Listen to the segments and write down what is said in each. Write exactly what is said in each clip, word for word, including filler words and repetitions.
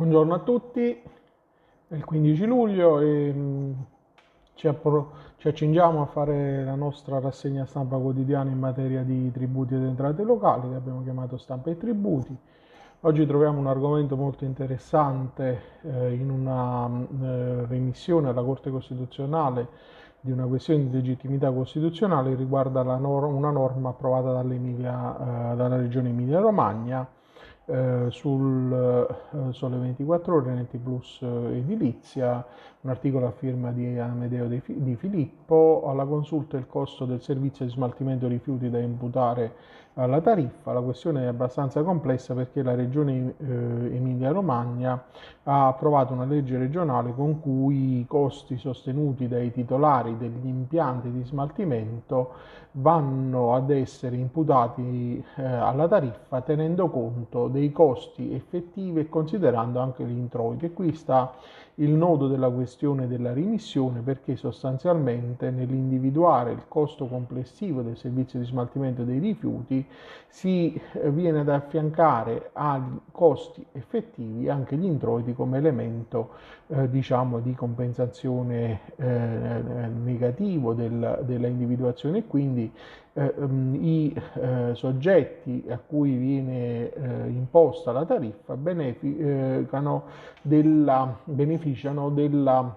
Buongiorno a tutti, è il quindici luglio e mh, ci, appro- ci accingiamo a fare la nostra rassegna stampa quotidiana in materia di tributi ed entrate locali, che abbiamo chiamato Stampa e Tributi. Oggi troviamo un argomento molto interessante eh, in una mh, eh, remissione alla Corte Costituzionale di una questione di legittimità costituzionale che riguarda la nor- una norma approvata dall'Emilia, eh, dalla Regione Emilia-Romagna eh, sul eh, Sole ventiquattro Ore, N T Plus eh, Edilizia, un articolo a firma di Amedeo Di Fi- Filippo. Alla consulta il costo del servizio di smaltimento rifiuti da imputare alla tariffa. La questione è abbastanza complessa perché la Regione eh, Emilia-Romagna ha approvato una legge regionale con cui i costi sostenuti dai titolari degli impianti di smaltimento vanno ad essere imputati eh, alla tariffa tenendo conto dei costi effettivi e considerando anche gli introiti. E qui sta il nodo della questione della rimissione, perché sostanzialmente nell'individuare il costo complessivo del servizio di smaltimento dei rifiuti si eh, viene ad affiancare ai costi effettivi anche gli introiti come elemento eh, diciamo di compensazione eh, negativo del, della individuazione, e quindi eh, i eh, soggetti a cui viene eh, imposta la tariffa beneficano della, beneficiano della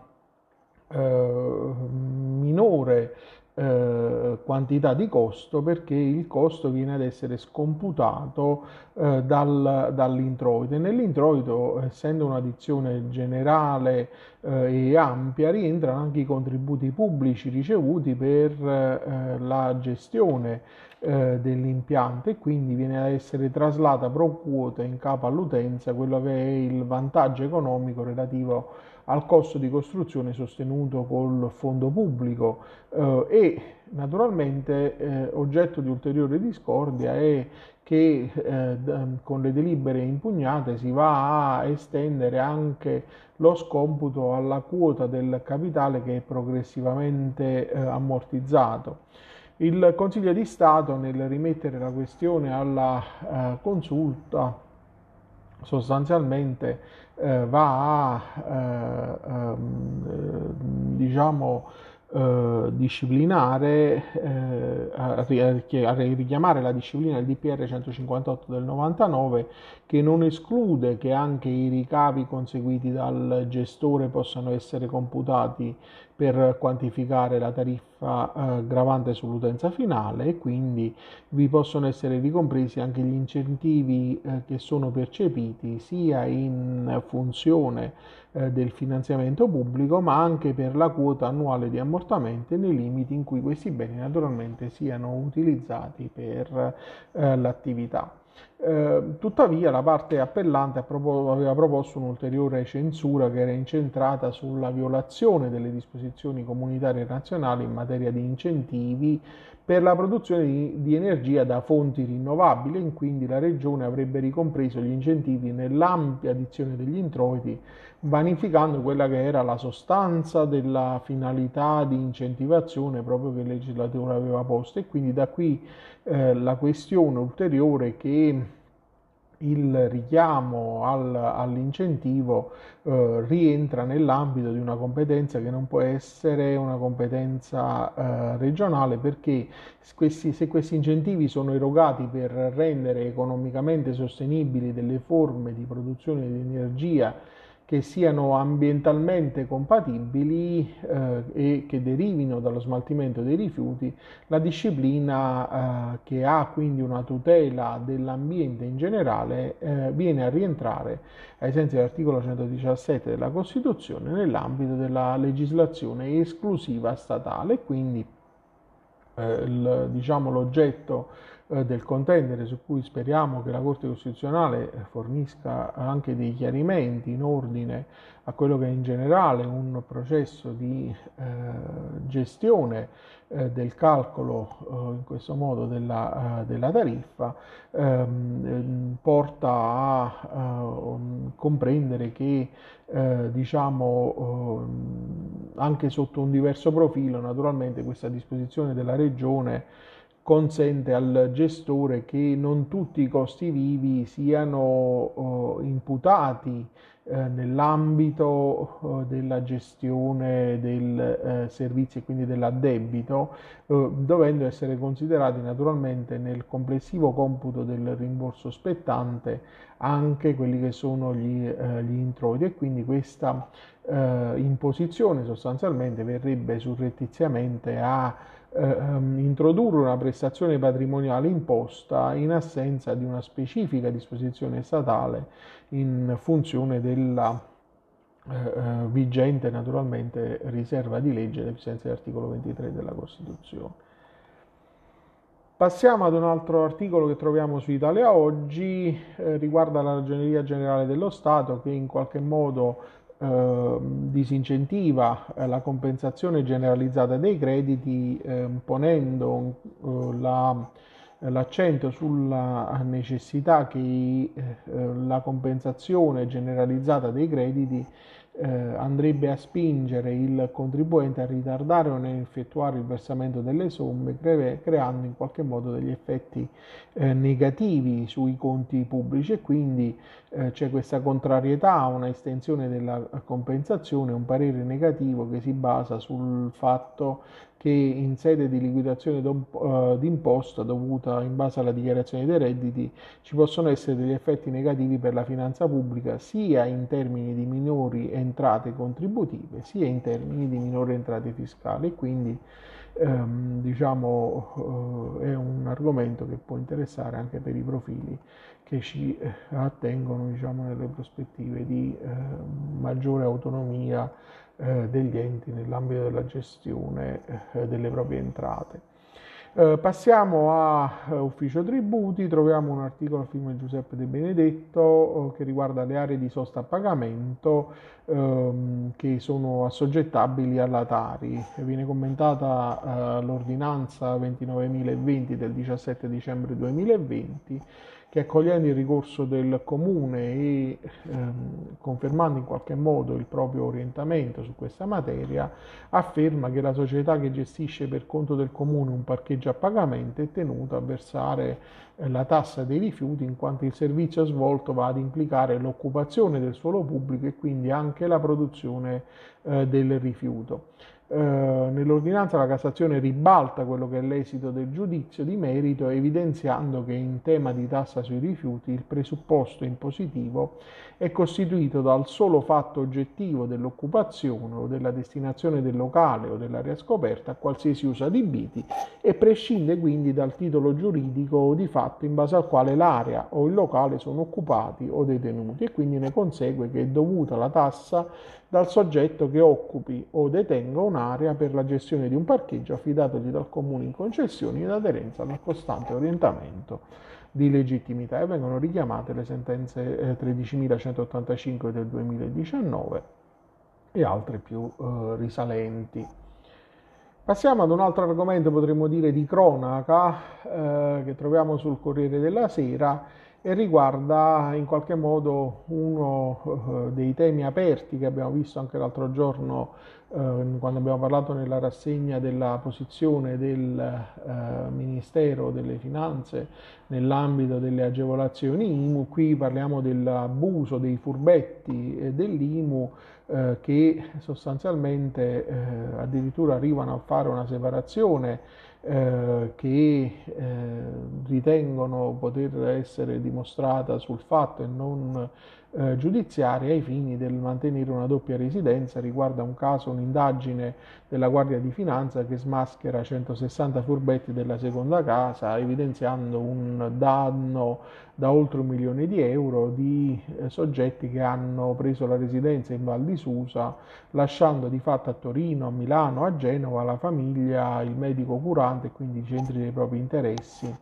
eh, minore eh, quantità di costo, perché il costo viene ad essere scomputato eh, dal, dall'introito, e nell'introito, essendo una dizione generale eh, e ampia, rientrano anche i contributi pubblici ricevuti per eh, la gestione eh, dell'impianto, e quindi viene ad essere traslata pro quota in capo all'utenza quello che è il vantaggio economico relativo al costo di costruzione sostenuto col fondo pubblico eh, e naturalmente eh, oggetto di ulteriore discordia è che eh, con le delibere impugnate si va a estendere anche lo scomputo alla quota del capitale che è progressivamente eh, ammortizzato. Il Consiglio di Stato, nel rimettere la questione alla eh, consulta, sostanzialmente eh, va a eh, ehm, diciamo eh, disciplinare, eh, a, a richiamare la disciplina del D P R centocinquantotto del novantanove, che non esclude che anche i ricavi conseguiti dal gestore possano essere computati per quantificare la tariffa eh, gravante sull'utenza finale, e quindi vi possono essere ricompresi anche gli incentivi eh, che sono percepiti sia in funzione eh, del finanziamento pubblico, ma anche per la quota annuale di ammortamento, nei limiti in cui questi beni naturalmente siano utilizzati per eh, l'attività. Eh, tuttavia la parte appellante aveva proposto un'ulteriore censura che era incentrata sulla violazione delle disposizioni comunitarie e nazionali in materia di incentivi per la produzione di, di energia da fonti rinnovabili, e quindi la Regione avrebbe ricompreso gli incentivi nell'ampia dizione degli introiti, vanificando quella che era la sostanza della finalità di incentivazione proprio che il legislatore aveva posto. E quindi da qui eh, la questione ulteriore che il richiamo al, all'incentivo eh, rientra nell'ambito di una competenza che non può essere una competenza eh, regionale, perché questi, se questi incentivi sono erogati per rendere economicamente sostenibili delle forme di produzione di energia che siano ambientalmente compatibili eh, e che derivino dallo smaltimento dei rifiuti, la disciplina eh, che ha quindi una tutela dell'ambiente in generale eh, viene a rientrare ai sensi dell'articolo centodiciassette della Costituzione nell'ambito della legislazione esclusiva statale. Quindi eh, il, diciamo, l'oggetto eh, del contendere, su cui speriamo che la Corte Costituzionale fornisca anche dei chiarimenti in ordine a quello che è in generale un processo di eh, gestione eh, del calcolo eh, in questo modo della, eh, della tariffa, ehm, porta a eh, comprendere che eh, diciamo eh, anche sotto un diverso profilo naturalmente questa disposizione della Regione consente al gestore che non tutti i costi vivi siano oh, imputati eh, nell'ambito eh, della gestione del eh, servizio e quindi dell'addebito, eh, dovendo essere considerati naturalmente nel complessivo computo del rimborso spettante anche quelli che sono gli, eh, gli introiti, e quindi questa eh, imposizione sostanzialmente verrebbe surrettiziamente a eh, introdurre una prestazione patrimoniale imposta in assenza di una specifica disposizione statale in funzione della eh, vigente naturalmente riserva di legge ai sensi dell'articolo ventitré della Costituzione. Passiamo ad un altro articolo che troviamo su Italia Oggi, eh, riguarda la Ragioneria Generale dello Stato, che in qualche modo eh, disincentiva eh, la compensazione generalizzata dei crediti, eh, ponendo eh, la, l'accento sulla necessità che eh, la compensazione generalizzata dei crediti eh, andrebbe a spingere il contribuente a ritardare o non effettuare il versamento delle somme, cre- creando in qualche modo degli effetti eh, negativi sui conti pubblici, e quindi eh, c'è questa contrarietà a una estensione della compensazione, un parere negativo che si basa sul fatto che in sede di liquidazione d'imposta dovuta in base alla dichiarazione dei redditi ci possono essere degli effetti negativi per la finanza pubblica, sia in termini di minori entrate contributive sia in termini di minori entrate fiscali, e quindi ehm, diciamo eh, è un argomento che può interessare anche per i profili che ci eh, attengono, diciamo, nelle prospettive di eh, maggiore autonomia eh, degli enti nell'ambito della gestione eh, delle proprie entrate. Eh, passiamo a uh, Ufficio Tributi. Troviamo un articolo a firma Giuseppe De Benedetto uh, che riguarda le aree di sosta a pagamento um, che sono assoggettabili alla Tari. Viene commentata uh, l'ordinanza ventinovemilaventi del diciassette dicembre duemilaventi, che, accogliendo il ricorso del Comune e ehm, confermando in qualche modo il proprio orientamento su questa materia, afferma che la società che gestisce per conto del Comune un parcheggio a pagamento è tenuta a versare eh, la tassa dei rifiuti, in quanto il servizio svolto va ad implicare l'occupazione del suolo pubblico e quindi anche la produzione eh, del rifiuto. Eh, nell'ordinanza la Cassazione ribalta quello che è l'esito del giudizio di merito, evidenziando che in tema di tassa sui rifiuti il presupposto impositivo è costituito dal solo fatto oggettivo dell'occupazione o della destinazione del locale o dell'area scoperta a qualsiasi uso adibiti, e prescinde quindi dal titolo giuridico o di fatto in base al quale l'area o il locale sono occupati o detenuti, e quindi ne consegue che è dovuta la tassa dal soggetto che occupi o detenga un'area per la gestione di un parcheggio affidatogli dal Comune in concessione in aderenza al costante orientamento di legittimità, e vengono richiamate le sentenze eh, tredicimilacentottantacinque del duemiladiciannove e altre più eh, risalenti. Passiamo ad un altro argomento, potremmo dire di cronaca, eh, che troviamo sul Corriere della Sera, e riguarda in qualche modo uno uh, dei temi aperti che abbiamo visto anche l'altro giorno uh, quando abbiamo parlato nella rassegna della posizione del uh, Ministero delle Finanze nell'ambito delle agevolazioni I M U. Qui parliamo dell'abuso dei furbetti e dell'I M U uh, che sostanzialmente uh, addirittura arrivano a fare una separazione Eh, che eh, ritengono poter essere dimostrata sul fatto e non eh, giudiziaria ai fini del mantenere una doppia residenza. Riguarda un caso, un'indagine della Guardia di Finanza che smaschera centosessanta furbetti della seconda casa, evidenziando un danno da oltre un milione di euro di eh, soggetti che hanno preso la residenza in Val di Susa, lasciando di fatto a Torino, a Milano, a Genova la famiglia, il medico curante e quindi i centri dei propri interessi,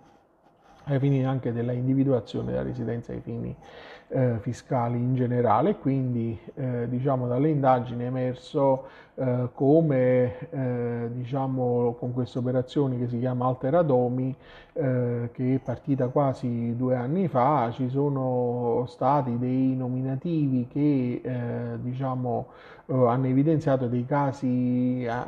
ai fini anche della individuazione della residenza ai fini eh, fiscali in generale. Quindi eh, diciamo dalle indagini è emerso eh, come eh, diciamo con queste operazioni che si chiama Altera Domi, eh, che è partita quasi due anni fa, ci sono stati dei nominativi che eh, diciamo eh, hanno evidenziato dei casi eh,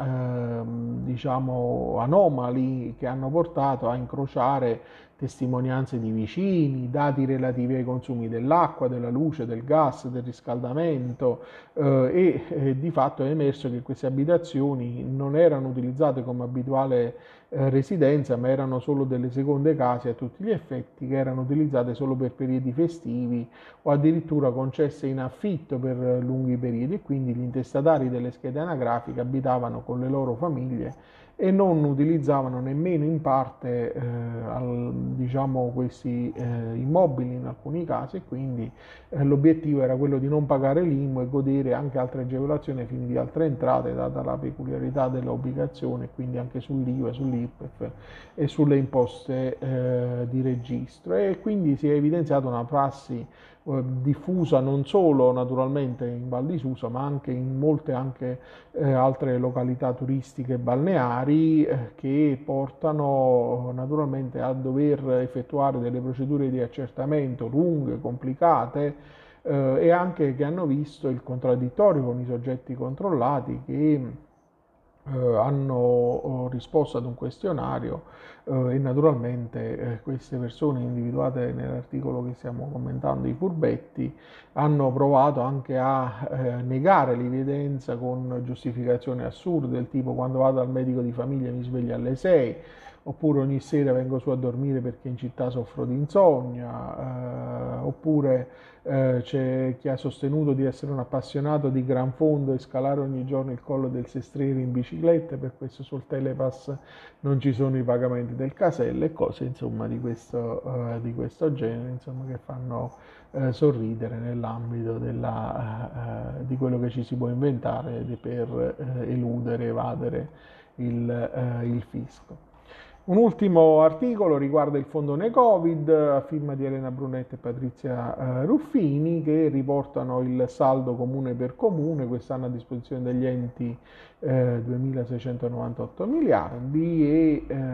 diciamo anomali che hanno portato a incrociare testimonianze di vicini, dati relativi ai consumi dell'acqua, dell'acqua, della luce, del gas, del riscaldamento eh, e eh, di fatto è emerso che queste abitazioni non erano utilizzate come abituale eh, residenza, ma erano solo delle seconde case a tutti gli effetti, che erano utilizzate solo per periodi festivi o addirittura concesse in affitto per lunghi periodi, e quindi gli intestatari delle schede anagrafiche abitavano con le loro famiglie e non utilizzavano nemmeno in parte eh, al, diciamo, questi eh, immobili in alcuni casi, e quindi eh, l'obiettivo era quello di non pagare l'I M U e godere anche altre agevolazioni ai fini di altre entrate, data la peculiarità dell'obbligazione, quindi anche sull'I V A, sull'I R P E F e sulle imposte eh, di registro. E quindi si è evidenziata una prassi diffusa non solo naturalmente in Val di Susa, ma anche in molte anche, eh, altre località turistiche balneari eh, che portano naturalmente a dover effettuare delle procedure di accertamento lunghe, complicate eh, e anche che hanno visto il contraddittorio con i soggetti controllati che eh, hanno risposto ad un questionario eh, e naturalmente eh, queste persone individuate nell'articolo che stiamo commentando, i furbetti, hanno provato anche a eh, negare l'evidenza con giustificazioni assurde, del tipo: quando vado al medico di famiglia mi sveglio alle sei, oppure ogni sera vengo su a dormire perché in città soffro di insonnia, eh, oppure eh, c'è chi ha sostenuto di essere un appassionato di gran fondo e scalare ogni giorno il collo del Sestriere in bicicletta, per questo sul Telepass non ci sono i pagamenti del casello, e cose insomma di questo, eh, di questo genere, insomma, che fanno eh, sorridere nell'ambito della, eh, di quello che ci si può inventare per eh, eludere, evadere il, eh, il fisco. Un ultimo articolo riguarda il fondone Covid, a firma di Elena Brunetti e Patrizia eh, Ruffini, che riportano il saldo comune per comune, quest'anno a disposizione degli enti eh, duemilaseicentonovantotto miliardi, e eh,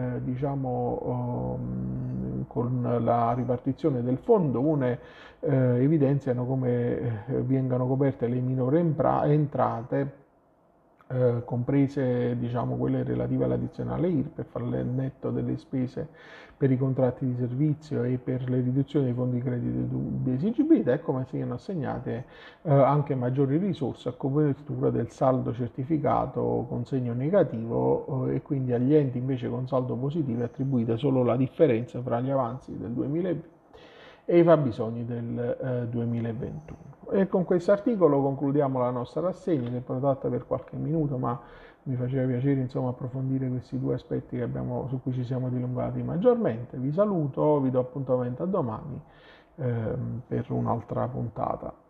diciamo um, con la ripartizione del fondone eh, evidenziano come eh, vengano coperte le minori entrate, Eh, comprese diciamo quelle relative all'addizionale I R P E F, al netto delle spese per i contratti di servizio e per le riduzioni dei fondi di credito di esigibilità, e come siano assegnate eh, anche maggiori risorse a copertura del saldo certificato con segno negativo, eh, e quindi agli enti invece con saldo positivo è attribuita solo la differenza fra gli avanzi del duemilaventi e i fabbisogni del eh, duemilaventuno. E con questo articolo concludiamo la nostra rassegna, che è protratta per qualche minuto, ma mi faceva piacere insomma approfondire questi due aspetti che abbiamo, su cui ci siamo dilungati maggiormente. Vi saluto, vi do appuntamento a domani ehm, per un'altra puntata.